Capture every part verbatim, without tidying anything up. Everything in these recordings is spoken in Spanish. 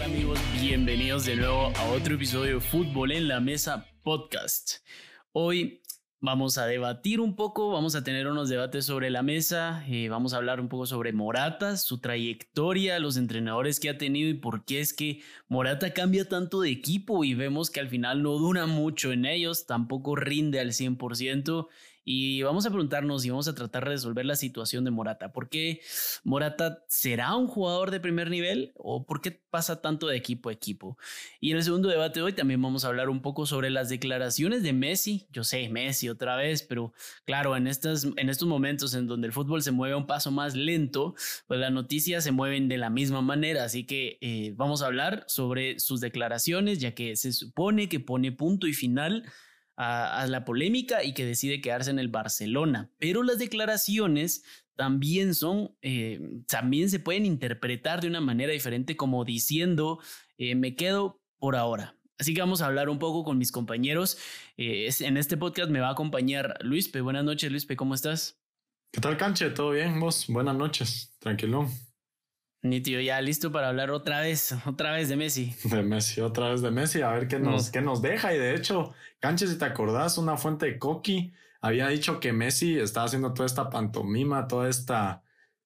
tal, amigos? Bienvenidos de nuevo a otro episodio de Fútbol en la Mesa Podcast. Hoy vamos a debatir un poco, vamos a tener unos debates sobre la mesa, eh, vamos a hablar un poco sobre Morata, su trayectoria, los entrenadores que ha tenido y por qué es que Morata cambia tanto de equipo y vemos que al final no dura mucho en ellos, tampoco rinde al cien por ciento. Y vamos a preguntarnos y vamos a tratar de resolver la situación de Morata. ¿Por qué Morata será un jugador de primer nivel o por qué pasa tanto de equipo a equipo? Y en el segundo debate de hoy también vamos a hablar un poco sobre las declaraciones de Messi. Yo sé, Messi otra vez, pero claro, en, estas, en estos momentos en donde el fútbol se mueve a un paso más lento, pues las noticias se mueven de la misma manera. Así que eh, vamos a hablar sobre sus declaraciones, ya que se supone que pone punto y final A, a la polémica y que decide quedarse en el Barcelona, pero las declaraciones también son, eh, también se pueden interpretar de una manera diferente como diciendo eh, me quedo por ahora. Así que vamos a hablar un poco con mis compañeros. Eh, en este podcast me va a acompañar Luispe. Buenas noches, Luispe, ¿cómo estás? ¿Qué tal, Canche? ¿Todo bien? ¿Vos? Buenas noches, tranquilo. Ni tío, ya listo para hablar otra vez, otra vez de Messi. De Messi, otra vez de Messi, a ver qué nos, mm. qué nos deja. Y de hecho, Canche, si te acordás, una fuente de Coqui había dicho que Messi estaba haciendo toda esta pantomima, toda esta,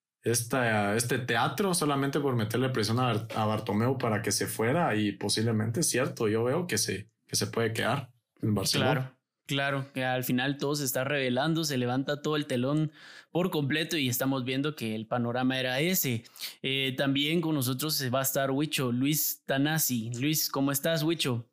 esta este teatro solamente por meterle presión a, a Bartomeu para que se fuera, y posiblemente es cierto. Yo veo que se, que se puede quedar en Barcelona. Claro. Claro, que al final todo se está revelando, se levanta todo el telón por completo y estamos viendo que el panorama era ese. Eh, también con nosotros va a estar Huicho, Luis Tanasi. Luis, ¿cómo estás, Huicho?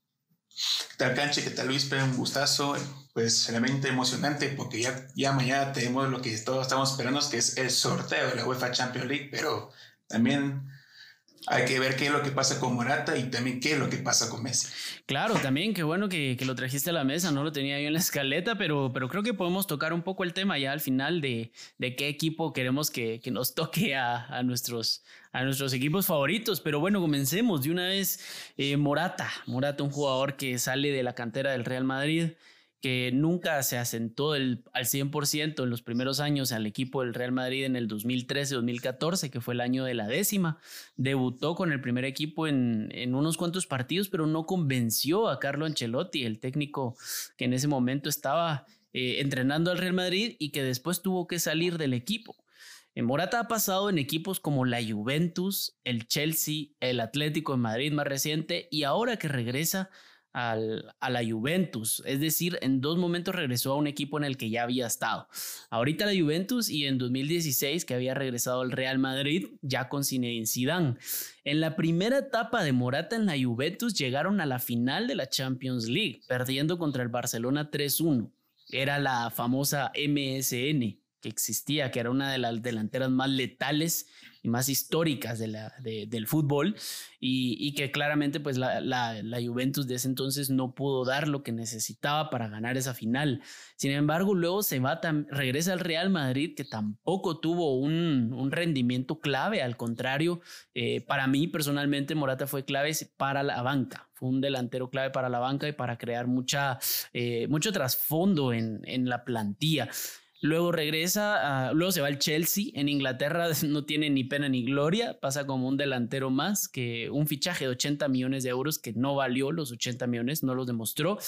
¿Qué tal, Canche? ¿Qué tal, Luis? Un gustazo, pues realmente emocionante porque ya, ya mañana tenemos lo que todos estamos esperando, que es el sorteo de la UEFA Champions League, pero también hay que ver qué es lo que pasa con Morata y también qué es lo que pasa con Messi. Claro, también, qué bueno que, que lo trajiste a la mesa, no lo tenía yo en la escaleta, pero, pero creo que podemos tocar un poco el tema ya al final de, de qué equipo queremos que, que nos toque a, a, nuestros, a nuestros equipos favoritos. Pero bueno, comencemos de una vez. Eh, Morata, Morata, un jugador que sale de la cantera del Real Madrid, que nunca se asentó el, al cien por ciento en los primeros años al equipo del Real Madrid en el dos mil trece dos mil catorce, que fue el año de la décima. Debutó con el primer equipo en, en unos cuantos partidos, pero no convenció a Carlo Ancelotti, el técnico que en ese momento estaba eh, entrenando al Real Madrid y que después tuvo que salir del equipo. Morata ha pasado en equipos como la Juventus, el Chelsea, el Atlético de Madrid más reciente, y ahora que regresa Al, a la Juventus, es decir, en dos momentos regresó a un equipo en el que ya había estado. Ahorita la Juventus y en dos mil dieciséis que había regresado al Real Madrid ya con Zinedine Zidane. En la primera etapa de Morata en la Juventus llegaron a la final de la Champions League, perdiendo contra el Barcelona tres uno. Era la famosa M S N que existía, que era una de las delanteras más letales y más históricas de la, de, del fútbol, y, y que claramente pues la, la, la Juventus de ese entonces no pudo dar lo que necesitaba para ganar esa final. Sin embargo, luego se va, tam, regresa al Real Madrid, que tampoco tuvo un, un rendimiento clave. Al contrario, eh, para mí personalmente Morata fue clave para la banca, fue un delantero clave para la banca y para crear mucha, eh, mucho trasfondo en, en la plantilla. Luego regresa, uh, luego se va al Chelsea. En Inglaterra no tiene ni pena ni gloria, pasa como un delantero más, que un fichaje de ochenta millones de euros que no valió los ochenta millones, no los demostró.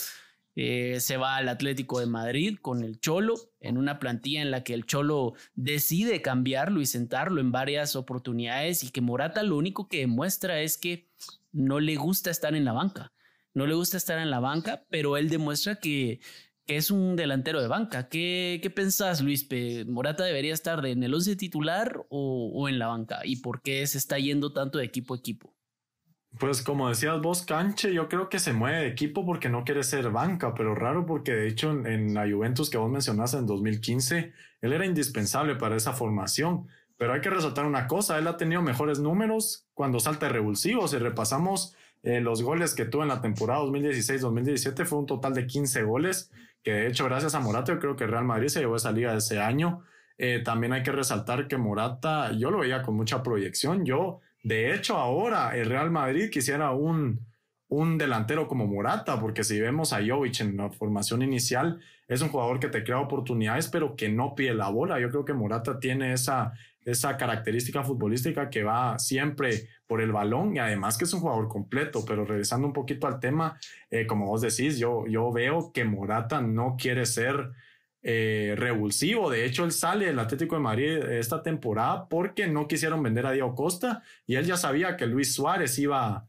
Eh, se va al Atlético de Madrid con el Cholo, en una plantilla en la que el Cholo decide cambiarlo y sentarlo en varias oportunidades, y que Morata lo único que demuestra es que no le gusta estar en la banca, no le gusta estar en la banca, pero él demuestra que que es un delantero de banca. ¿Qué, qué pensás, Luis? ¿Morata debería estar en el once titular o, o en la banca? ¿Y por qué se está yendo tanto de equipo a equipo? Pues como decías vos, Canche, yo creo que se mueve de equipo porque no quiere ser banca, pero raro porque de hecho en, en la Juventus que vos mencionaste en dos mil quince, él era indispensable para esa formación. Pero hay que resaltar una cosa, él ha tenido mejores números cuando salta de revulsivo. Si repasamos eh, los goles que tuvo en la temporada dos mil dieciséis dos mil diecisiete, fue un total de quince goles, que de hecho gracias a Morata yo creo que Real Madrid se llevó esa liga de ese año. Eh, también hay que resaltar que Morata, yo lo veía con mucha proyección. Yo, de hecho, ahora el Real Madrid quisiera un, un delantero como Morata, porque si vemos a Jovic en la formación inicial, es un jugador que te crea oportunidades, pero que no pide la bola. Yo creo que Morata tiene esa, esa característica futbolística que va siempre por el balón y además que es un jugador completo. Pero regresando un poquito al tema, eh, como vos decís, yo, yo veo que Morata no quiere ser eh, revulsivo. De hecho, él sale del Atlético de Madrid esta temporada porque no quisieron vender a Diego Costa y él ya sabía que Luis Suárez iba,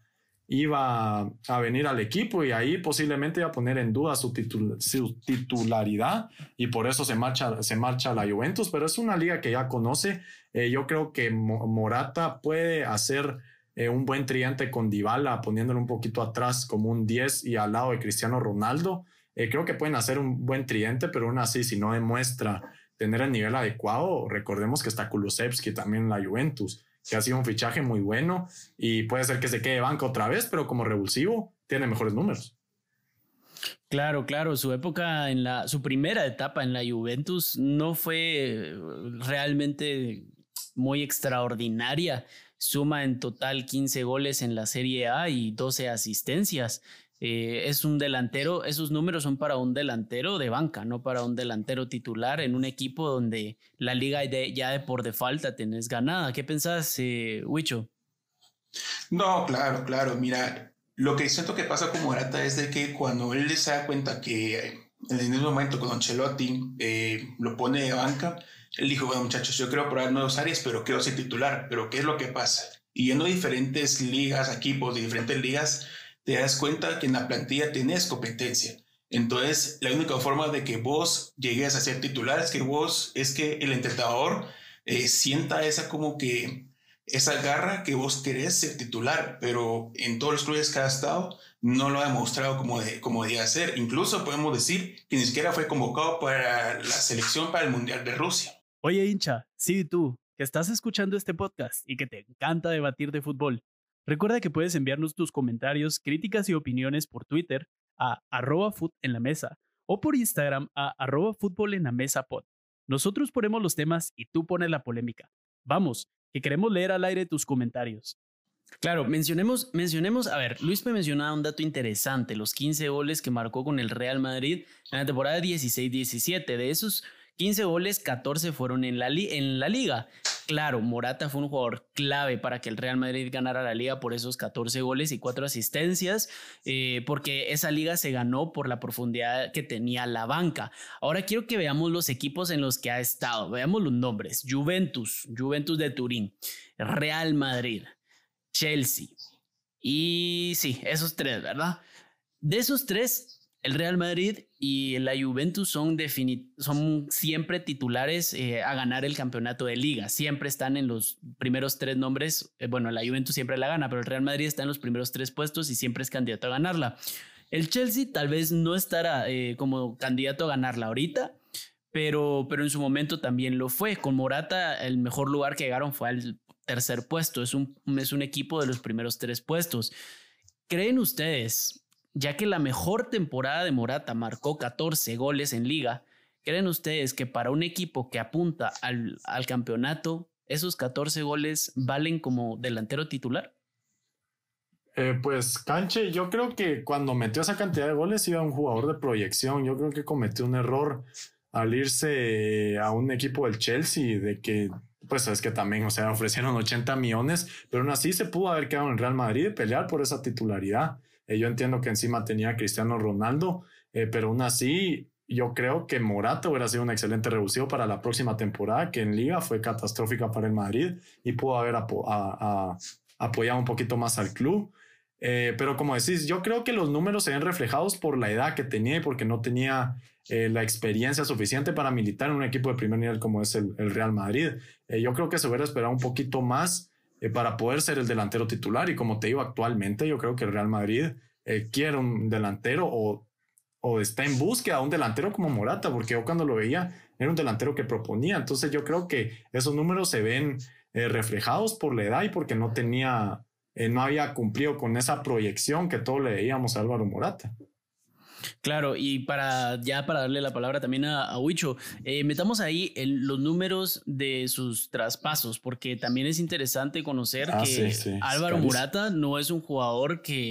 iba a venir al equipo y ahí posiblemente iba a poner en duda su, titul su titularidad y por eso se marcha, se marcha a la Juventus, pero es una liga que ya conoce. Eh, yo creo que Mo Morata puede hacer eh, un buen tridente con Dybala, poniéndolo un poquito atrás como un diez y al lado de Cristiano Ronaldo. Eh, creo que pueden hacer un buen tridente, pero aún así, si no demuestra tener el nivel adecuado, recordemos que está Kulusevski también en la Juventus, que ha sido un fichaje muy bueno y puede ser que se quede banca otra vez, pero como revulsivo tiene mejores números. Claro, claro, su época en la, su primera etapa en la Juventus no fue realmente muy extraordinaria. Suma en total quince goles en la Serie A y doce asistencias. Eh, es un delantero, esos números son para un delantero de banca, no para un delantero titular en un equipo donde la liga de, ya de por default la tenés ganada. ¿Qué pensás, eh, Huicho? No, claro, claro. Mira, lo que siento que pasa con Morata es de que cuando él se da cuenta que en el mismo momento con Ancelotti eh, lo pone de banca, él dijo, bueno muchachos, yo quiero probar nuevos áreas, pero quiero ser titular. Pero ¿qué es lo que pasa? Y yendo a diferentes ligas, equipos de diferentes ligas, te das cuenta que en la plantilla tenés competencia. Entonces, la única forma de que vos llegues a ser titular es que vos, es que el entrenador eh, sienta esa como que, esa garra que vos querés ser titular, pero en todos los clubes que ha estado no lo ha demostrado como, de, como debía ser. Incluso podemos decir que ni siquiera fue convocado para la selección para el Mundial de Rusia. Oye, hincha, sí, tú, que estás escuchando este podcast y que te encanta debatir de fútbol. Recuerda que puedes enviarnos tus comentarios, críticas y opiniones por Twitter a arroba fut en la mesa o por Instagram a arroba fútbol en la mesa pod. Nosotros ponemos los temas y tú pones la polémica. Vamos, que queremos leer al aire tus comentarios. Claro, mencionemos, mencionemos, a ver, Luis me mencionaba un dato interesante, los quince goles que marcó con el Real Madrid en la temporada dieciséis diecisiete. De esos quince goles, catorce fueron en la, li en la liga. Claro, Morata fue un jugador clave para que el Real Madrid ganara la liga por esos catorce goles y cuatro asistencias, eh, porque esa liga se ganó por la profundidad que tenía la banca. Ahora quiero que veamos los equipos en los que ha estado. Veamos los nombres. Juventus, Juventus de Turín, Real Madrid, Chelsea y sí, esos tres, ¿verdad? De esos tres, el Real Madrid y la Juventus son, son siempre titulares eh, a ganar el campeonato de liga. Siempre están en los primeros tres nombres. Eh, bueno, la Juventus siempre la gana, pero el Real Madrid está en los primeros tres puestos y siempre es candidato a ganarla. El Chelsea tal vez no estará eh, como candidato a ganarla ahorita, pero, pero en su momento también lo fue. Con Morata, el mejor lugar que llegaron fue al tercer puesto. Es un, es un equipo de los primeros tres puestos. ¿Creen ustedes, ya que la mejor temporada de Morata marcó catorce goles en liga, creen ustedes que para un equipo que apunta al, al campeonato, esos catorce goles valen como delantero titular? Eh, pues Canche, yo creo que cuando metió esa cantidad de goles iba un jugador de proyección. Yo creo que cometió un error al irse a un equipo del Chelsea, de que pues es que también, o sea, ofrecieron ochenta millones, pero aún así se pudo haber quedado en Real Madrid y pelear por esa titularidad. Eh, yo entiendo que encima tenía a Cristiano Ronaldo, eh, pero aún así yo creo que Morata hubiera sido un excelente revulsivo para la próxima temporada, que en Liga fue catastrófica para el Madrid y pudo haber apo a, a, apoyado un poquito más al club. Eh, pero como decís, yo creo que los números se ven reflejados por la edad que tenía y porque no tenía eh, la experiencia suficiente para militar en un equipo de primer nivel como es el, el Real Madrid. Eh, yo creo que se hubiera esperado un poquito más eh, para poder ser el delantero titular y como te digo, actualmente yo creo que el Real Madrid eh, quiere un delantero o, o está en búsqueda de un delantero como Morata, porque yo cuando lo veía era un delantero que proponía. Entonces yo creo que esos números se ven eh, reflejados por la edad y porque no tenía... Eh, no había cumplido con esa proyección que todos le veíamos a Álvaro Morata. Claro, y para ya para darle la palabra también a, a Huicho, eh, metamos ahí el, los números de sus traspasos, porque también es interesante conocer ah, que sí, sí, Álvaro Morata no es un jugador que,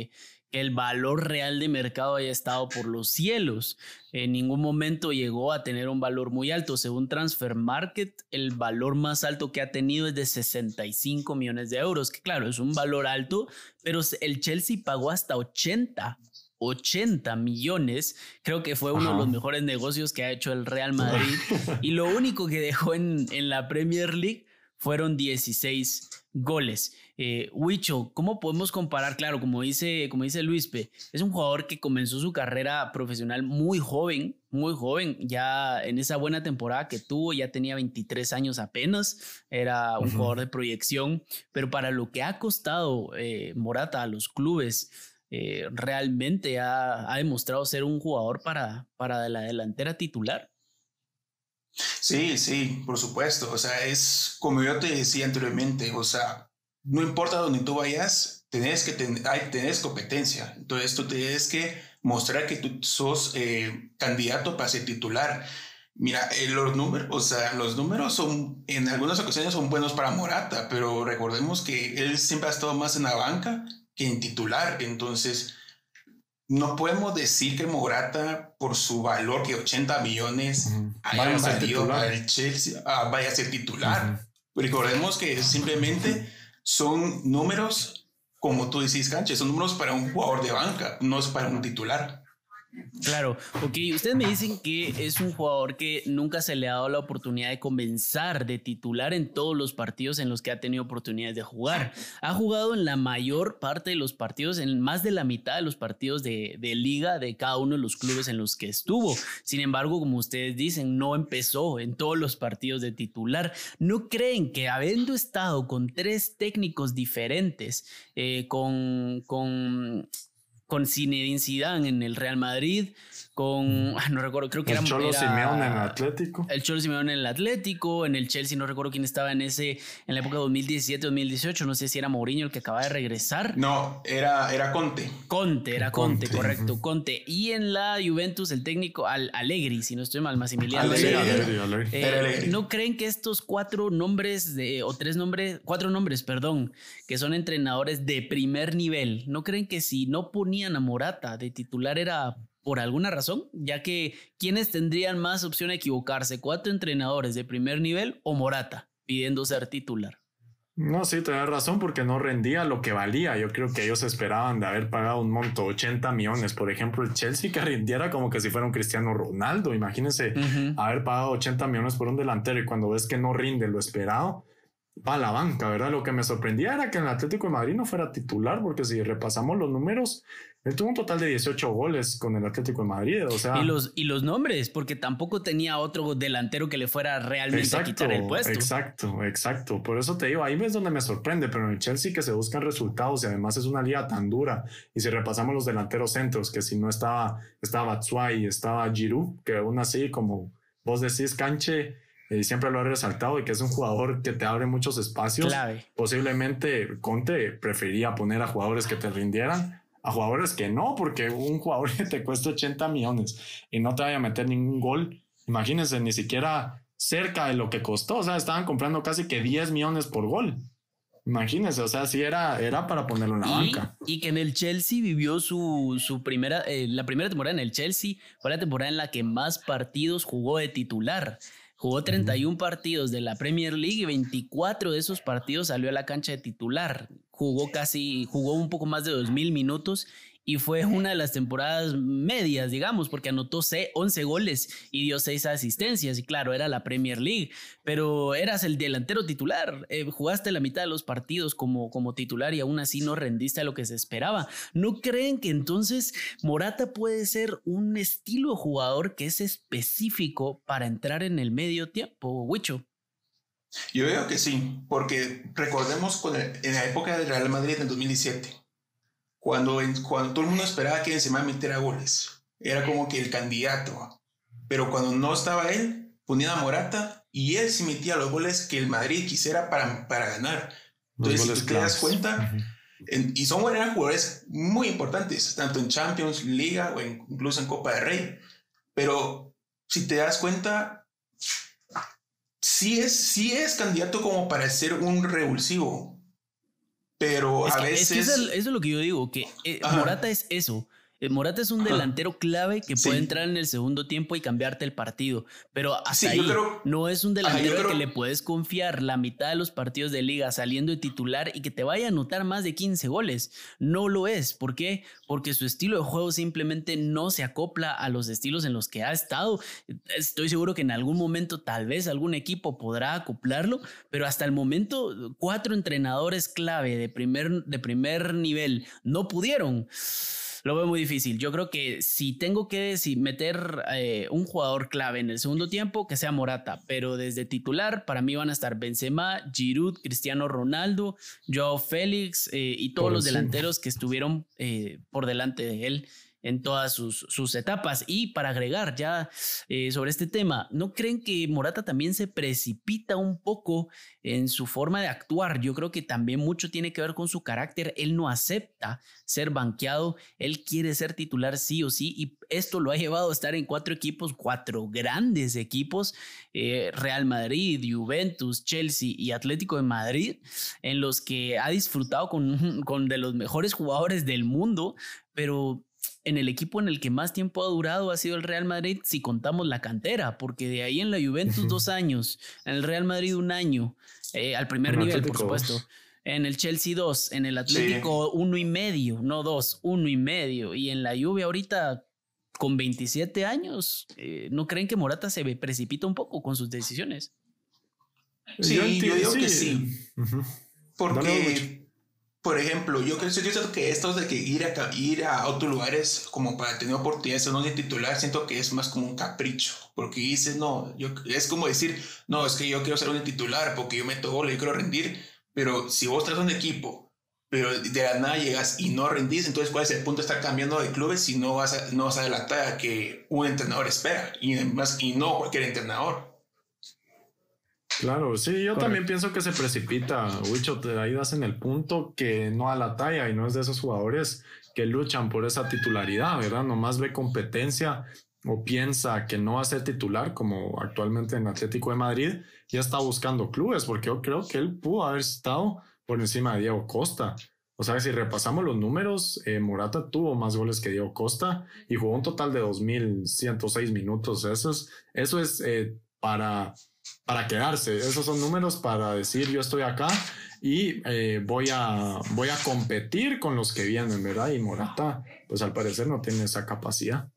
que el valor real de mercado haya estado por los cielos. En ningún momento llegó a tener un valor muy alto. Según Transfer Market, el valor más alto que ha tenido es de sesenta y cinco millones de euros, que claro, es un valor alto, pero el Chelsea pagó hasta ochenta millones. Creo que fue uno Ajá. de los mejores negocios que ha hecho el Real Madrid. Y lo único que dejó en, en la Premier League fueron dieciséis goles. Eh, Huicho, ¿cómo podemos comparar? Claro, como dice, como dice Luispe, es un jugador que comenzó su carrera profesional muy joven, muy joven, ya en esa buena temporada que tuvo, ya tenía veintitrés años apenas, era un uh-huh. jugador de proyección, pero para lo que ha costado eh, Morata a los clubes, eh, realmente ha, ha demostrado ser un jugador para, para la delantera titular. Sí, sí, por supuesto. O sea, es como yo te decía anteriormente, o sea, no importa dónde tú vayas, tenés que ten, hay, tenés competencia. Entonces tú tienes que mostrar que tú sos eh, candidato para ser titular. Mira, eh, los números, o sea, los números son, en algunas ocasiones son buenos para Morata, pero recordemos que él siempre ha estado más en la banca que en titular. Entonces, no podemos decir que Morata, por su valor que ochenta millones, uh-huh. haya valido al Chelsea, uh, vaya a ser titular. Uh-huh. Recordemos que simplemente son números, como tú decís, Canche, son números para un jugador de banca, no es para un titular. Claro, ok, ustedes me dicen que es un jugador que nunca se le ha dado la oportunidad de comenzar de titular en todos los partidos en los que ha tenido oportunidades de jugar. Ha jugado en la mayor parte de los partidos, en más de la mitad de los partidos de, de liga de cada uno de los clubes en los que estuvo. Sin embargo, como ustedes dicen, no empezó en todos los partidos de titular. ¿No creen que habiendo estado con tres técnicos diferentes, eh, con... con con Zinedine Zidane en el Real Madrid, con, no recuerdo, creo que el era... El Cholo era, Simeone en el Atlético. El Cholo Simeone en el Atlético, en el Chelsea, no recuerdo quién estaba en ese, en la época de dos mil diecisiete, dos mil dieciocho, no sé si era Mourinho el que acaba de regresar. No, era, era Conte. Conte, era Conte, Conte correcto, uh-huh. Conte. Y en la Juventus, el técnico Al- Allegri, si no estoy mal, Massimiliano Allegri. Allegri. Allegri, Allegri. Eh, era Allegri. ¿No creen que estos cuatro nombres, de, o tres nombres, cuatro nombres, perdón, que son entrenadores de primer nivel, ¿no creen que si no ponían a Morata de titular era por alguna razón? Ya que ¿quiénes tendrían más opción a equivocarse? ¿Cuatro entrenadores de primer nivel o Morata pidiendo ser titular? No, sí, tenés razón, porque no rendía lo que valía. Yo creo que ellos esperaban de haber pagado un monto, ochenta millones. Por ejemplo, el Chelsea, que rindiera como que si fuera un Cristiano Ronaldo. Imagínense uh-huh. haber pagado ochenta millones por un delantero y cuando ves que no rinde lo esperado, va a la banca, ¿verdad? Lo que me sorprendía era que en el Atlético de Madrid no fuera titular, porque si repasamos los números, él tuvo un total de dieciocho goles con el Atlético de Madrid, o sea... Y los, y los nombres, porque tampoco tenía otro delantero que le fuera realmente exacto, a quitar el puesto. Exacto, exacto. Por eso te digo, ahí ves donde me sorprende, pero en el Chelsea que se buscan resultados y además es una liga tan dura. Y si repasamos los delanteros centros, que si no estaba, estaba Batshuayi, estaba Giroud, que aún así, como vos decís, Canche... Eh, siempre lo he resaltado y que es un jugador que te abre muchos espacios. Clave. Posiblemente Conte prefería poner a jugadores que te rindieran a jugadores que no, porque un jugador que te cuesta ochenta millones y no te vaya a meter ningún gol, imagínense, ni siquiera cerca de lo que costó. O sea, estaban comprando casi que diez millones por gol. Imagínense, o sea, sí era, era para ponerlo en la y, banca. Y que en el Chelsea vivió su, su primera, eh, la primera temporada en el Chelsea fue la temporada en la que más partidos jugó de titular. Jugó treinta y uno uh-huh. partidos de la Premier League y veinticuatro de esos partidos salió a la cancha de titular. Jugó casi, jugó un poco más de dos mil minutos y fue una de las temporadas medias, digamos, porque anotó once goles y dio seis asistencias. Y claro, era la Premier League, pero eras el delantero titular. Eh, jugaste la mitad de los partidos como, como titular y aún así no rendiste a lo que se esperaba. ¿No creen que entonces Morata puede ser un estilo de jugador que es específico para entrar en el medio tiempo, Huicho? Yo veo que sí, porque recordemos con el, en la época del Real Madrid en dos mil diecisiete, Cuando, cuando todo el mundo esperaba que Benzema metiera goles, era como que el candidato. Pero cuando no estaba él, ponían a Morata y él sí metía los goles que el Madrid quisiera para, para ganar. Entonces, si tú te das cuenta, uh-huh. en, y son eran jugadores muy importantes, tanto en Champions, Liga o en, incluso en Copa del Rey. Pero si te das cuenta, sí es, sí es candidato como para ser un revulsivo. pero es a que, veces... Es que eso, es, eso es lo que yo digo, que eh, Morata es eso. Morata es un Ajá. delantero clave que sí. puede entrar en el segundo tiempo y cambiarte el partido, pero hasta sí, ahí creo, no es un delantero Ajá, creo, que le puedes confiar la mitad de los partidos de liga saliendo de titular y que te vaya a anotar más de quince goles. No lo es. ¿Por qué? Porque su estilo de juego simplemente no se acopla a los estilos en los que ha estado. Estoy seguro que en algún momento tal vez algún equipo podrá acoplarlo, pero hasta el momento cuatro entrenadores clave de primer, de primer nivel no pudieron. Lo veo muy difícil. Yo creo que si tengo que si meter eh, un jugador clave en el segundo tiempo, que sea Morata, pero desde titular para mí van a estar Benzema, Giroud, Cristiano Ronaldo, Joao Félix eh, y todos por los encima. delanteros que estuvieron eh, por delante de él en todas sus, sus etapas. Y para agregar ya eh, sobre este tema, ¿no creen que Morata también se precipita un poco en su forma de actuar? Yo creo que también mucho tiene que ver con su carácter. Él no acepta ser banqueado, él quiere ser titular sí o sí, y esto lo ha llevado a estar en cuatro equipos, cuatro grandes equipos, eh, Real Madrid, Juventus, Chelsea y Atlético de Madrid, en los que ha disfrutado con, con de los mejores jugadores del mundo, pero en el equipo en el que más tiempo ha durado ha sido el Real Madrid, si contamos la cantera, porque de ahí en la Juventus uh-huh. dos años, en el Real Madrid un año, eh, al primer en nivel, por supuesto. Dos. En el Chelsea dos, en el Atlético sí. uno y medio, no dos, uno y medio. Y en la Juve ahorita con veintisiete años, eh, ¿no creen que Morata se precipita un poco con sus decisiones? Sí, yo, yo digo sí. que sí. Uh-huh. Porque... Por ejemplo, yo creo, yo siento que esto de que ir a, ir a otros lugares como para tener oportunidades de no de titular, siento que es más como un capricho. Porque dices, no, yo, es como decir, no, es que yo quiero ser un titular porque yo meto gol y yo quiero rendir. Pero si vos traes un equipo, pero de la nada llegas y no rendís, entonces ¿cuál es el punto de estar cambiando de clubes si no vas a, no vas a dar la talla que un entrenador espera? Y, además, y no cualquier entrenador. Claro, sí, yo Correcto. también pienso que se precipita, Wicho, te ahí das en el punto que no a la talla y no es de esos jugadores que luchan por esa titularidad, ¿verdad? Nomás ve competencia o piensa que no va a ser titular como actualmente en Atlético de Madrid, ya está buscando clubes, porque yo creo que él pudo haber estado por encima de Diego Costa. O sea, si repasamos los números, eh, Morata tuvo más goles que Diego Costa y jugó un total de dos mil ciento seis minutos. Eso es, eso es eh, para... para quedarse, esos son números para decir yo estoy acá y eh, voy a voy a competir con los que vienen, ¿verdad? Y Morata, pues al parecer no tiene esa capacidad.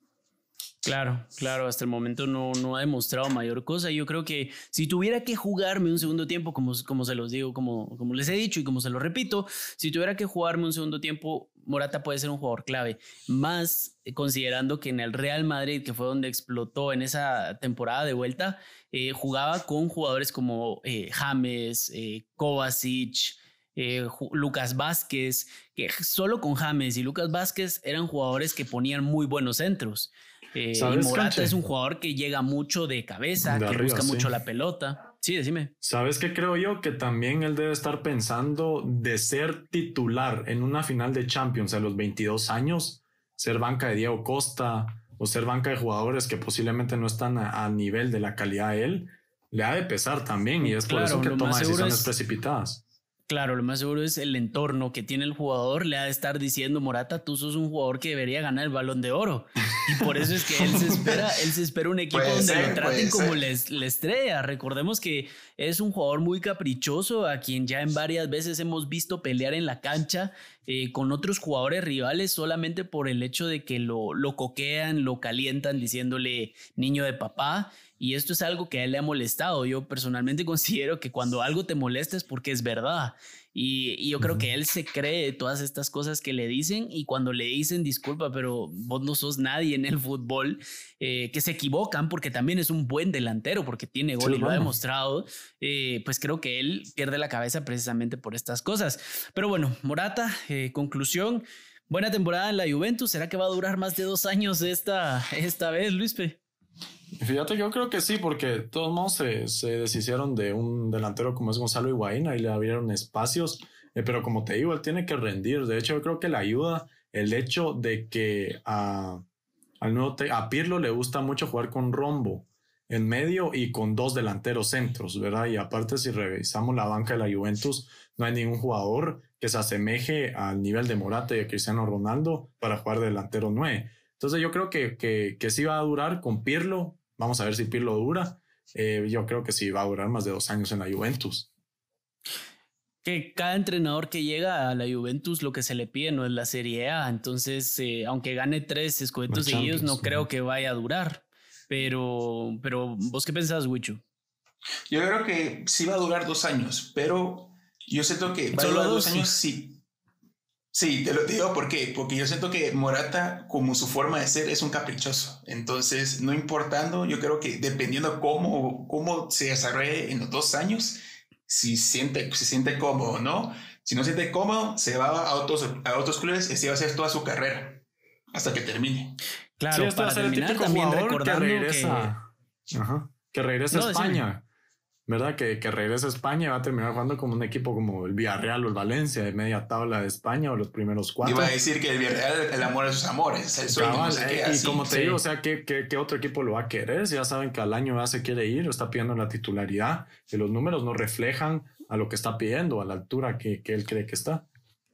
Claro, claro, hasta el momento no, no ha demostrado mayor cosa. Yo creo que si tuviera que jugarme un segundo tiempo, como, como se los digo, como, como les he dicho y como se lo repito, si tuviera que jugarme un segundo tiempo, Morata puede ser un jugador clave, más considerando que en el Real Madrid, que fue donde explotó en esa temporada de vuelta, eh, jugaba con jugadores como eh, James, eh, Kovacic, eh, Lucas Vázquez, que solo con James y Lucas Vázquez eran jugadores que ponían muy buenos centros. Eh, y Morata Canche? es un jugador que llega mucho de cabeza, de que arriba, busca sí. mucho la pelota. Sí, decime. ¿Sabes qué creo yo? Que también él debe estar pensando de ser titular en una final de Champions a los veintidós años, ser banca de Diego Costa o ser banca de jugadores que posiblemente no están a, a nivel de la calidad de él, le ha de pesar también y es claro, por eso que toma decisiones es... precipitadas. Claro, lo más seguro es el entorno que tiene el jugador. Le ha de estar diciendo, Morata, tú sos un jugador que debería ganar el Balón de Oro. Y por eso es que él se espera, él se espera un equipo puede donde ser, lo traten como la estrella. Recordemos que es un jugador muy caprichoso, a quien ya en varias veces hemos visto pelear en la cancha eh, con otros jugadores rivales solamente por el hecho de que lo, lo coquean, lo calientan diciéndole niño de papá. Y esto es algo que a él le ha molestado. Yo personalmente considero que cuando algo te molesta es porque es verdad. Y, y yo creo uh-huh. que él se cree todas estas cosas que le dicen y cuando le dicen, disculpa, pero vos no sos nadie en el fútbol, eh, que se equivocan porque también es un buen delantero, porque tiene gol sí, y lo bueno. ha demostrado, eh, pues creo que él pierde la cabeza precisamente por estas cosas. Pero bueno, Morata, eh, conclusión, buena temporada en la Juventus. ¿Será que va a durar más de dos años esta, esta vez, Luispe? Fíjate, yo creo que sí, porque de todos modos se, se deshicieron de un delantero como es Gonzalo Higuaín, ahí le abrieron espacios, eh, pero como te digo, él tiene que rendir. De hecho, yo creo que le ayuda el hecho de que a, al nuevo te- a Pirlo le gusta mucho jugar con rombo. en medio y con dos delanteros centros, ¿verdad? Y aparte, si revisamos la banca de la Juventus, no hay ningún jugador que se asemeje al nivel de Morata y de Cristiano Ronaldo para jugar de delantero nueve. Entonces yo creo que, que, que sí va a durar con Pirlo. Vamos a ver si Pirlo dura. Eh, yo creo que sí va a durar más de dos años en la Juventus. Que cada entrenador que llega a la Juventus lo que se le pide no es la Serie A. Entonces, eh, aunque gane tres escudetos seguidos, no creo que vaya a durar. Pero, pero ¿vos qué pensás, Wicho? Yo creo que sí va a durar dos años, pero yo siento que va a durar dos años, sí. Sí, te lo digo ¿por qué? Porque yo siento que Morata, como su forma de ser, es un caprichoso. Entonces, no importando, yo creo que dependiendo cómo, cómo se desarrolle en los dos años, si siente, se siente cómodo, ¿no? Si no se siente cómodo, se va a otros, a otros clubes y así va a hacer toda su carrera hasta que termine. Claro, sí, para terminar también recordando que regresa, que, ajá, que regresa no, a España. Sí. ¿Verdad? Que, que regrese a España y va a terminar jugando como un equipo como el Villarreal o el Valencia, de media tabla de España o los primeros cuatro. Iba a decir que el Villarreal, el amor de sus amores, el sueño. Cabal, no sé qué, y así. como te sí. digo, o sea, ¿qué, qué, ¿qué otro equipo lo va a querer? Si ya saben que al año ya se quiere ir o está pidiendo la titularidad, que los números no reflejan a lo que está pidiendo, a la altura que, que él cree que está.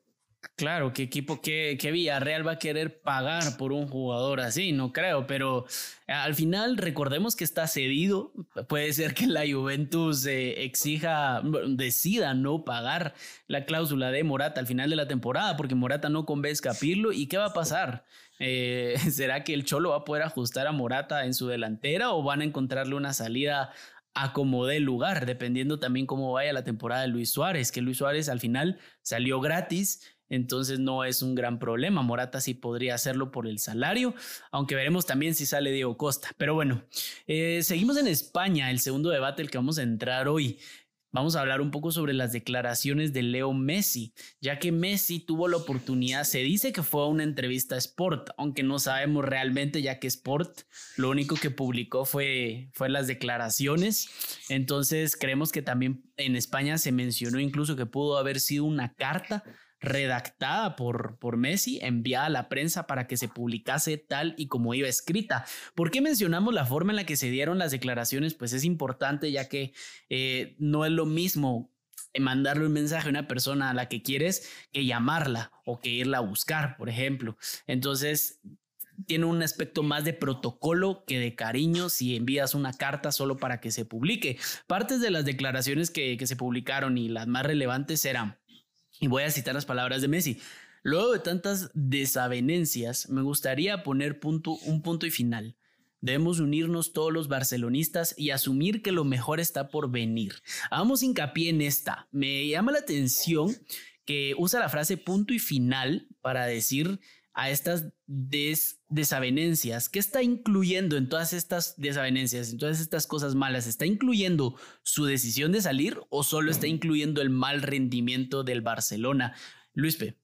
Claro, ¿qué equipo, qué, qué Villarreal va a querer pagar por un jugador así? No creo, pero al final recordemos que está cedido. Puede ser que la Juventus eh, exija, decida no pagar la cláusula de Morata al final de la temporada porque Morata no convenzca a Pirlo. ¿Y qué va a pasar? Eh, ¿Será que el Cholo va a poder ajustar a Morata en su delantera o van a encontrarle una salida a como dé lugar? Dependiendo también cómo vaya la temporada de Luis Suárez, que Luis Suárez al final salió gratis. Entonces no es un gran problema. Morata sí podría hacerlo por el salario, aunque veremos también si sale Diego Costa. Pero bueno, eh, seguimos en España, el segundo debate al que vamos a entrar hoy. Vamos a hablar un poco sobre las declaraciones de Leo Messi, ya que Messi tuvo la oportunidad, se dice que fue a una entrevista a Sport, aunque no sabemos realmente, ya que Sport lo único que publicó fue, fue las declaraciones. Entonces creemos que también en España se mencionó incluso que pudo haber sido una carta redactada por, por Messi, enviada a la prensa para que se publicase tal y como iba escrita. ¿Por qué mencionamos la forma en la que se dieron las declaraciones? Pues es importante, ya que eh, no es lo mismo mandarle un mensaje a una persona a la que quieres que llamarla o que irla a buscar, por ejemplo. Entonces tiene un aspecto más de protocolo que de cariño si envías una carta solo para que se publique. Partes de las declaraciones que, que se publicaron y las más relevantes eran: y voy a citar las palabras de Messi: luego de tantas desavenencias, me gustaría poner punto, un punto y final. Debemos unirnos todos los barcelonistas y asumir que lo mejor está por venir. Hagamos hincapié en esta. Me llama la atención que usa la frase punto y final para decir a estas des desavenencias. ¿Qué está incluyendo en todas estas desavenencias, en todas estas cosas malas? ¿Está incluyendo su decisión de salir o solo está incluyendo el mal rendimiento del Barcelona? Luispe.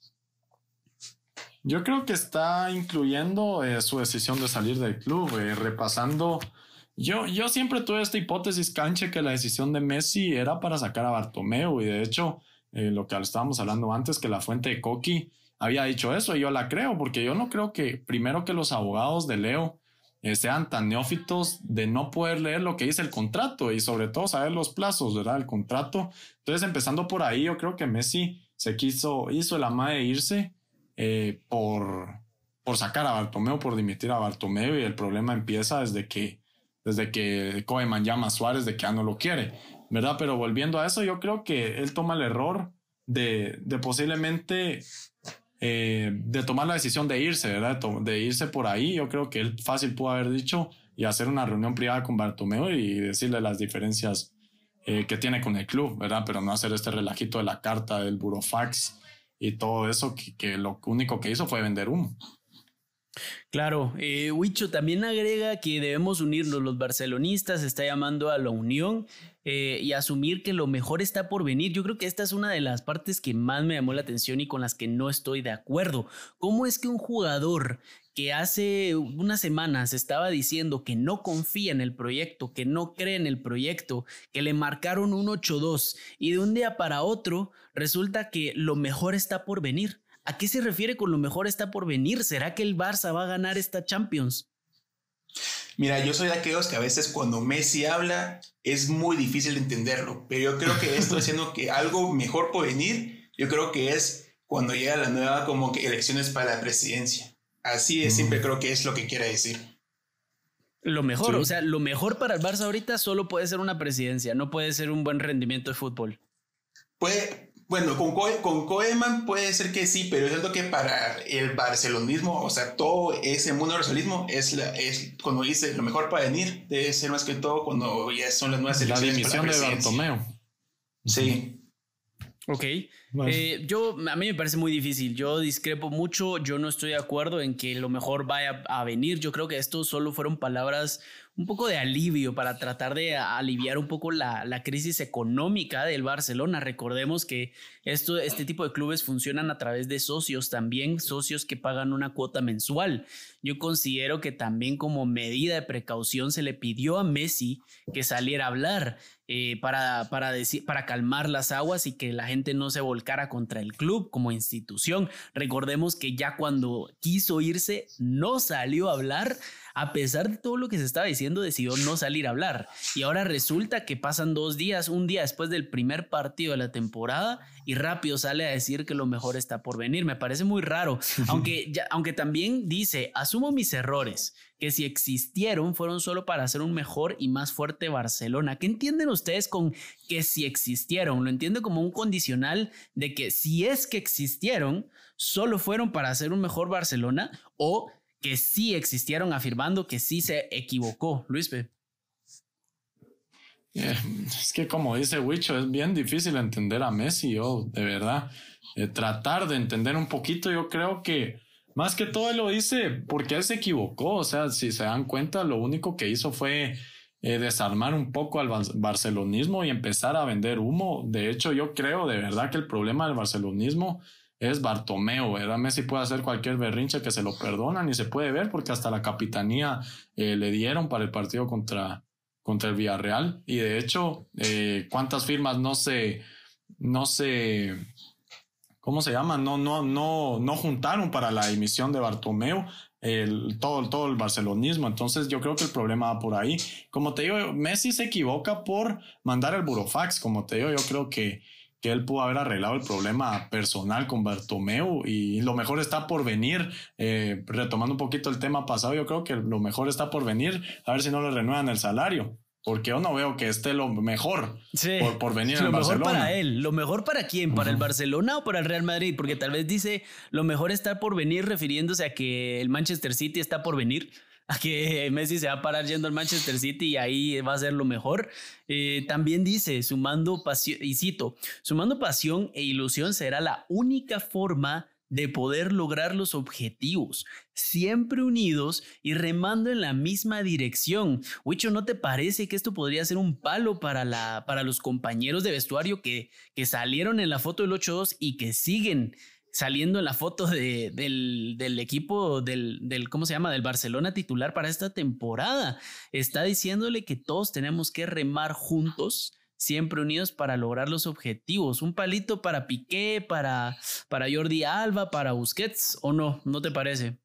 Yo creo que está incluyendo eh, su decisión de salir del club, eh, repasando. Yo, yo siempre tuve esta hipótesis, Canche, que la decisión de Messi era para sacar a Bartomeu, y de hecho, eh, lo que estábamos hablando antes, que la fuente de Coqui había dicho eso, y yo la creo, porque yo no creo que, primero, que los abogados de Leo eh, sean tan neófitos de no poder leer lo que dice el contrato y sobre todo saber los plazos, ¿verdad? El contrato. Entonces, empezando por ahí, yo creo que Messi se quiso, hizo el ama de irse eh, por, por sacar a Bartomeu, por dimitir a Bartomeu, y el problema empieza desde que, desde que Koeman llama a Suárez de que ya no lo quiere, ¿verdad? Pero volviendo a eso, yo creo que él toma el error de, de posiblemente... Eh, de tomar la decisión de irse, ¿verdad? De irse por ahí. Yo creo que él fácil pudo haber dicho y hacer una reunión privada con Bartomeu y decirle las diferencias eh, que tiene con el club, ¿verdad? Pero no hacer este relajito de la carta, del burofax y todo eso, que, que lo único que hizo fue vender humo. Claro, eh, Wicho también agrega que debemos unirnos los barcelonistas, está llamando a la unión eh, y asumir que lo mejor está por venir. Yo creo que esta es una de las partes que más me llamó la atención y con las que no estoy de acuerdo. ¿Cómo es que un jugador que hace unas semanas estaba diciendo que no confía en el proyecto, que no cree en el proyecto, que le marcaron un ocho dos y de un día para otro resulta que lo mejor está por venir? ¿A qué se refiere con lo mejor está por venir? ¿Será que el Barça va a ganar esta Champions? Mira, yo soy de aquellos que a veces cuando Messi habla es muy difícil de entenderlo, pero yo creo que esto diciendo que algo mejor puede venir, yo creo que es cuando llega la nueva como que elecciones para la presidencia. Así es, mm. siempre creo que es lo que quiere decir. Lo mejor, sí. O sea, lo mejor para el Barça ahorita solo puede ser una presidencia, no puede ser un buen rendimiento de fútbol. Puede... Bueno, con, Koe, con Koeman puede ser que sí, pero siento que para el barcelonismo, o sea, todo ese mundo del barcelonismo es, la, es cuando dice lo mejor para venir, debe ser más que todo cuando ya son las nuevas elecciones. La dimisión de Bartomeu. Sí. Ok, bueno. eh, yo, a mí me parece muy difícil, yo discrepo mucho, yo no estoy de acuerdo en que lo mejor vaya a venir, yo creo que esto solo fueron palabras un poco de alivio para tratar de aliviar un poco la, la crisis económica del Barcelona. Recordemos que esto, este tipo de clubes funcionan a través de socios también, socios que pagan una cuota mensual. Yo considero que también como medida de precaución se le pidió a Messi que saliera a hablar eh, para, para, decir, para calmar las aguas y que la gente no se volcara contra el club como institución. Recordemos que ya cuando quiso irse no salió a hablar. A pesar de todo lo que se estaba diciendo, decidió no salir a hablar. Y ahora resulta que pasan dos días, un día después del primer partido de la temporada, y rápido sale a decir que lo mejor está por venir. Me parece muy raro. aunque, ya, aunque también dice, asumo mis errores, que si existieron fueron solo para hacer un mejor y más fuerte Barcelona. ¿Qué entienden ustedes con que si existieron? Lo entiendo como un condicional de que si es que existieron, solo fueron para hacer un mejor Barcelona, o que sí existieron afirmando que sí se equivocó. Luispe. Eh, es que como dice Wicho, es bien difícil entender a Messi, yo, de verdad. Eh, tratar de entender un poquito, yo creo que más que todo él lo dice porque él se equivocó. O sea, si se dan cuenta, lo único que hizo fue eh, desarmar un poco al barcelonismo y empezar a vender humo. De hecho, yo creo de verdad que el problema del barcelonismo es Bartomeu, ¿verdad? Messi puede hacer cualquier berrinche que se lo perdonan y se puede ver porque hasta la capitanía eh, le dieron para el partido contra, contra el Villarreal. Y de hecho, eh, ¿cuántas firmas no se, no se, ¿cómo se llama? No, no, no, no juntaron para la dimisión de Bartomeu, el, todo, todo el barcelonismo. Entonces yo creo que el problema va por ahí. Como te digo, Messi se equivoca por mandar el burofax. Como te digo, yo creo que que él pudo haber arreglado el problema personal con Bartomeu y lo mejor está por venir. Eh, retomando un poquito el tema pasado, yo creo que lo mejor está por venir, a ver si no le renuevan el salario, porque yo no veo que esté lo mejor sí, por, por venir al Barcelona. Lo mejor para él, lo mejor para quién, uh-huh. ¿Para el Barcelona o para el Real Madrid? Porque tal vez dice lo mejor está por venir refiriéndose a que el Manchester City está por venir, a que Messi se va a parar yendo al Manchester City y ahí va a ser lo mejor. Eh, también dice, sumando pasión, y cito, sumando pasión e ilusión será la única forma de poder lograr los objetivos, siempre unidos y remando en la misma dirección. Wicho, ¿no te parece que esto podría ser un palo para, la, para los compañeros de vestuario que, que salieron en la foto del ocho dos y que siguen saliendo en la foto de, del, del equipo del, del, ¿cómo se llama? Del Barcelona titular para esta temporada? Está diciéndole que todos tenemos que remar juntos, siempre unidos para lograr los objetivos. Un palito para Piqué, para, para Jordi Alba, para Busquets, ¿o no? ¿No te parece?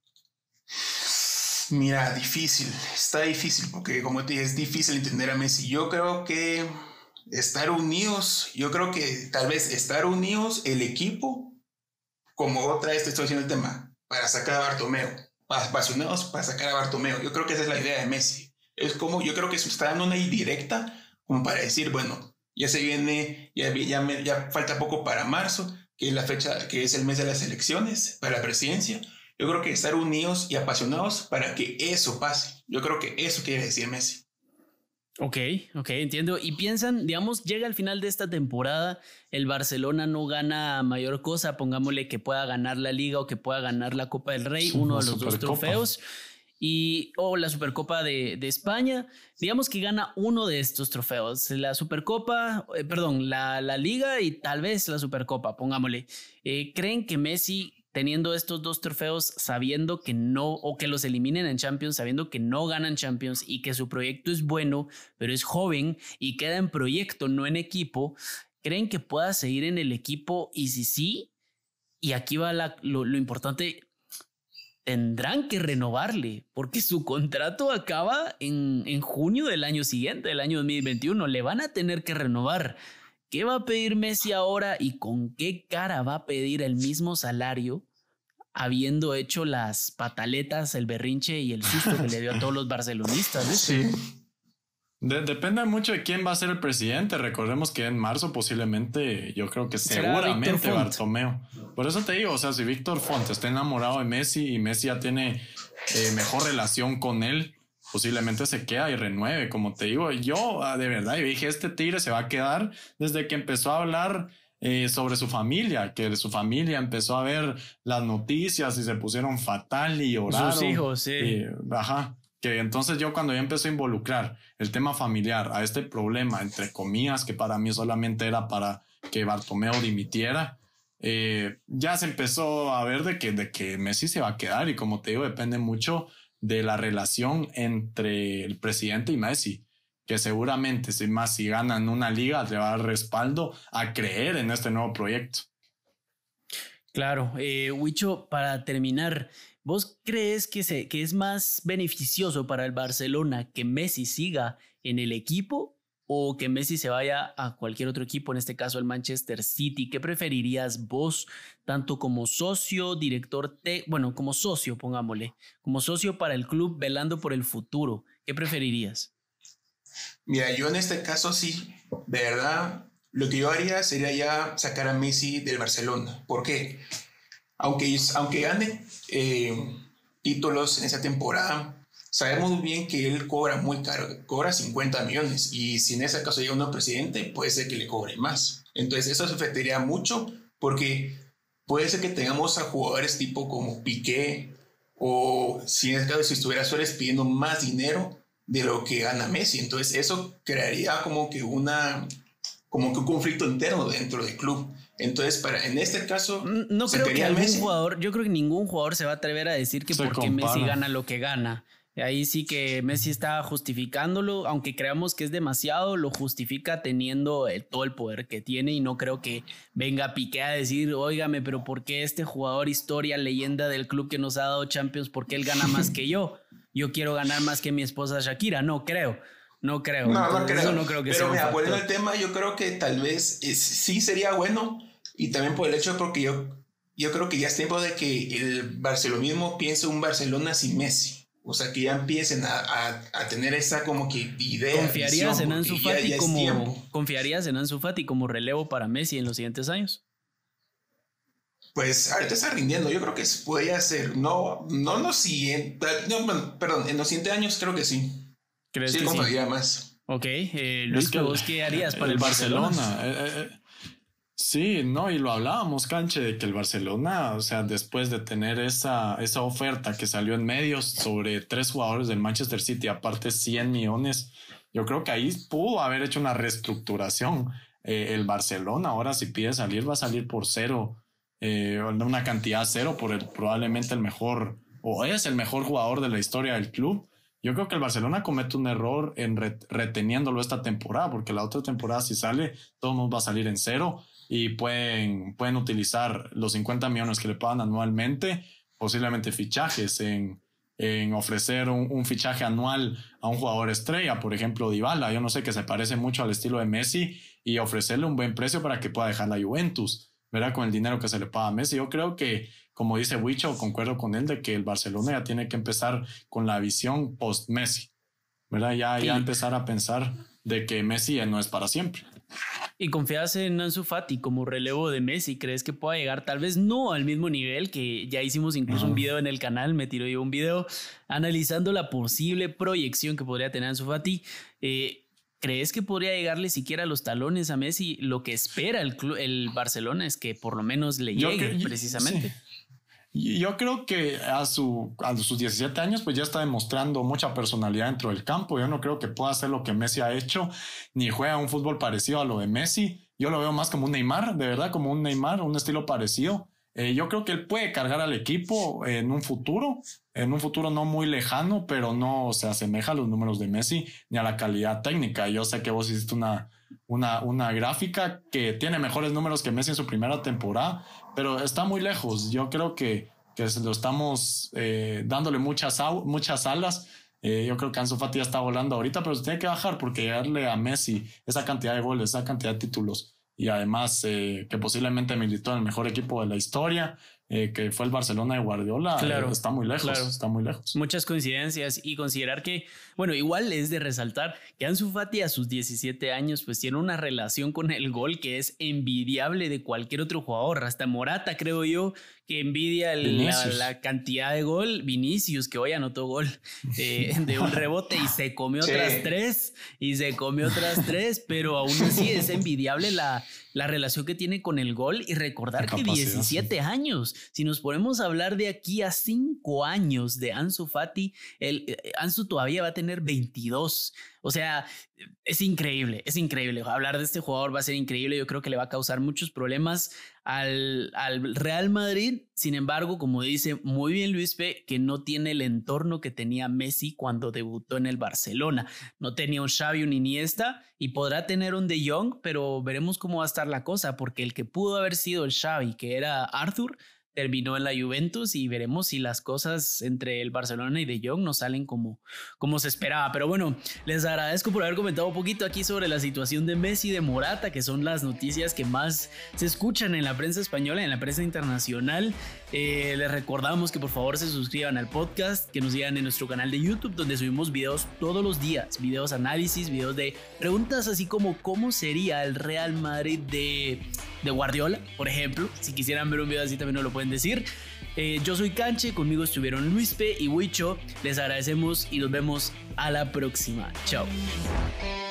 Mira, difícil, está difícil porque como te dije, es difícil entender a Messi. Yo creo que estar unidos, yo creo que tal vez estar unidos el equipo, como otra vez te estoy diciendo el tema, para sacar a Bartomeu, apasionados para sacar a Bartomeu. Yo creo que esa es la idea de Messi. Es como, yo creo que se está dando una indirecta como para decir, bueno, ya se viene, ya, ya, ya falta poco para marzo, que es la fecha, que es el mes de las elecciones para la presidencia. Yo creo que estar unidos y apasionados para que eso pase. Yo creo que eso quiere decir Messi. Ok, ok, entiendo. Y piensan, digamos, llega al final de esta temporada, el Barcelona no gana mayor cosa, pongámosle que pueda ganar la Liga o que pueda ganar la Copa del Rey, uno de los dos trofeos, y, o la Supercopa de, de España. Digamos que gana uno de estos trofeos, la Supercopa, eh, perdón, la, la Liga y tal vez la Supercopa, pongámosle. Eh, ¿Creen que Messi, teniendo estos dos trofeos, sabiendo que no, o que los eliminen en Champions, sabiendo que no ganan Champions y que su proyecto es bueno, pero es joven y queda en proyecto, no en equipo, creen que pueda seguir en el equipo? Y si sí, y aquí va la, lo, lo importante, tendrán que renovarle porque su contrato acaba en, en junio del año siguiente, del año dos mil veintiuno. Le van a tener que renovar. ¿Qué va a pedir Messi ahora y con qué cara va a pedir el mismo salario habiendo hecho las pataletas, el berrinche y el susto que le dio a todos los barcelonistas? Sí. De- depende mucho de quién va a ser el presidente. Recordemos que en marzo posiblemente, yo creo que seguramente Bartomeu. Por eso te digo, o sea, si Víctor Font está enamorado de Messi y Messi ya tiene eh, mejor relación con él, posiblemente se queda y renueve. Como te digo, yo de verdad yo dije, este tigre se va a quedar desde que empezó a hablar eh, sobre su familia, que su familia empezó a ver las noticias y se pusieron fatal y lloraron. Sus hijos, sí. Y, ajá. Que entonces yo cuando ya empecé a involucrar el tema familiar a este problema, entre comillas, que para mí solamente era para que Bartomeu dimitiera, eh, ya se empezó a ver de que, de que Messi se va a quedar. Y como te digo, depende mucho de la relación entre el presidente y Messi, que seguramente si Messi gana en una liga le va a dar respaldo a creer en este nuevo proyecto. Claro, eh, Huicho, para terminar, ¿vos crees que, se, que es más beneficioso para el Barcelona que Messi siga en el equipo o que Messi se vaya a cualquier otro equipo, en este caso el Manchester City? ¿Qué preferirías vos, tanto como socio, director, te, bueno, como socio, pongámosle, como socio para el club velando por el futuro? ¿Qué preferirías? Mira, yo en este caso sí, de verdad, lo que yo haría sería ya sacar a Messi del Barcelona. ¿Por qué? Aunque, aunque gane eh, títulos en esa temporada, sabemos muy bien que él cobra muy caro, cobra cincuenta millones, y si en ese caso llega un nuevo presidente, puede ser que le cobre más. Entonces eso se afectaría mucho, porque puede ser que tengamos a jugadores tipo como Piqué, o si en este caso si estuviera Suárez pidiendo más dinero de lo que gana Messi. Entonces eso crearía como que una como que un conflicto interno dentro del club. Entonces, para, en este caso, no creo que algún Messi. jugador, yo creo que ningún jugador se va a atrever a decir que porque Messi gana lo que gana. Ahí sí que Messi está justificándolo, aunque creamos que es demasiado, lo justifica teniendo el, todo el poder que tiene, y no creo que venga Piqué a decir, óigame, pero ¿por qué este jugador historia, leyenda del club que nos ha dado Champions, por qué él gana más que yo? Yo quiero ganar más que mi esposa Shakira. No creo. No creo. No, Entonces, no creo. Eso no creo que Pero sea un mira, factor. volviendo al tema, yo creo que tal vez es, sí sería bueno, y también por el hecho porque yo, yo creo que ya es tiempo de que el barcelonismo piense un Barcelona sin Messi. O sea, que ya empiecen a, a, a tener esa como que idea. ¿Confiarías visión, en Ansu Fati ya, ya como ¿Confiarías en Ansu Fati como relevo para Messi en los siguientes años? Pues ahorita está rindiendo. Yo creo que se puede ser. No, no, no siguiente. No, bueno, perdón, en los siguientes años creo que sí. ¿Crees sí, que confiaría sí? más. Ok, eh, Luis, es que ¿vos qué harías para el, el Barcelona? Barcelona eh, eh, sí, no, y lo hablábamos, Canche, de que el Barcelona, o sea, después de tener esa, esa oferta que salió en medios sobre tres jugadores del Manchester City, aparte cien millones, yo creo que ahí pudo haber hecho una reestructuración. Eh, el Barcelona ahora si pide salir va a salir por cero, eh, una cantidad cero por el probablemente el mejor, o es el mejor jugador de la historia del club. Yo creo que el Barcelona comete un error en ret- reteniéndolo esta temporada, porque la otra temporada si sale, todo nos va a salir en cero y pueden, pueden utilizar los cincuenta millones que le pagan anualmente, posiblemente fichajes en, en ofrecer un, un fichaje anual a un jugador estrella, por ejemplo Dybala, yo no sé, que se parece mucho al estilo de Messi, y ofrecerle un buen precio para que pueda dejar la Juventus, ¿verdad? Con el dinero que se le paga a Messi. Yo creo que, como dice Huicho, concuerdo con él de que el Barcelona ya tiene que empezar con la visión post-Messi, ¿verdad? Ya, Sí. ya empezar a pensar de que Messi ya no es para siempre. ¿Y confías en Ansu Fati como relevo de Messi? ¿Crees que pueda llegar tal vez no al mismo nivel? Que ya hicimos incluso Ajá. un video en el canal, me tiró yo un video analizando la posible proyección que podría tener Ansu Fati. Eh, ¿Crees que podría llegarle siquiera a los talones a Messi? Lo que espera el, club, el Barcelona es que por lo menos le Yo llegue, cre- precisamente. sí. Y yo creo que a, su, a sus diecisiete años pues ya está demostrando mucha personalidad dentro del campo. Yo no creo que pueda hacer lo que Messi ha hecho, ni juega un fútbol parecido a lo de Messi. Yo lo veo más como un Neymar, de verdad, como un Neymar, un estilo parecido. Eh, yo creo que él puede cargar al equipo en un futuro, en un futuro no muy lejano, pero no se asemeja a los números de Messi ni a la calidad técnica. Yo sé que vos hiciste una, una, una gráfica que tiene mejores números que Messi en su primera temporada, pero está muy lejos. Yo creo que, que lo estamos eh, dándole muchas, muchas alas. Eh, yo creo que Ansu Fati ya está volando ahorita, pero se tiene que bajar porque darle a Messi esa cantidad de goles, esa cantidad de títulos y además eh, que posiblemente militó en el mejor equipo de la historia, eh, que fue el Barcelona de Guardiola, claro, eh, está muy lejos, claro. está muy lejos. Muchas coincidencias y considerar que, bueno, igual es de resaltar que Ansu Fati a sus diecisiete años pues tiene una relación con el gol que es envidiable de cualquier otro jugador, hasta Morata creo yo que envidia el, la, la cantidad de gol. Vinicius, que hoy anotó gol eh, de un rebote y se comió sí. otras tres y se comió otras tres, pero aún así es envidiable la, la relación que tiene con el gol y recordar que diecisiete sí. años, si nos ponemos a hablar de aquí a cinco años de Ansu Fati, el, eh, Ansu todavía va a tener veintidós. O sea, es increíble, es increíble. Hablar de este jugador va a ser increíble. Yo creo que le va a causar muchos problemas al, al Real Madrid. Sin embargo, como dice muy bien Luispe, que no tiene el entorno que tenía Messi cuando debutó en el Barcelona. No tenía un Xavi, un Iniesta y podrá tener un De Jong, pero veremos cómo va a estar la cosa, porque el que pudo haber sido el Xavi, que era Arthur, terminó en la Juventus y veremos si las cosas entre el Barcelona y De Jong no salen como, como se esperaba. Pero bueno, les agradezco por haber comentado un poquito aquí sobre la situación de Messi y de Morata, que son las noticias que más se escuchan en la prensa española, en la prensa internacional. Eh, les recordamos que por favor se suscriban al podcast, que nos sigan en nuestro canal de YouTube, donde subimos videos todos los días, videos análisis, videos de preguntas así como cómo sería el Real Madrid de, de Guardiola, por ejemplo. Si quisieran ver un video así también nos lo pueden decir. Eh, yo soy Canche, conmigo estuvieron Luispe y Huicho. Les agradecemos y nos vemos a la próxima. Chao.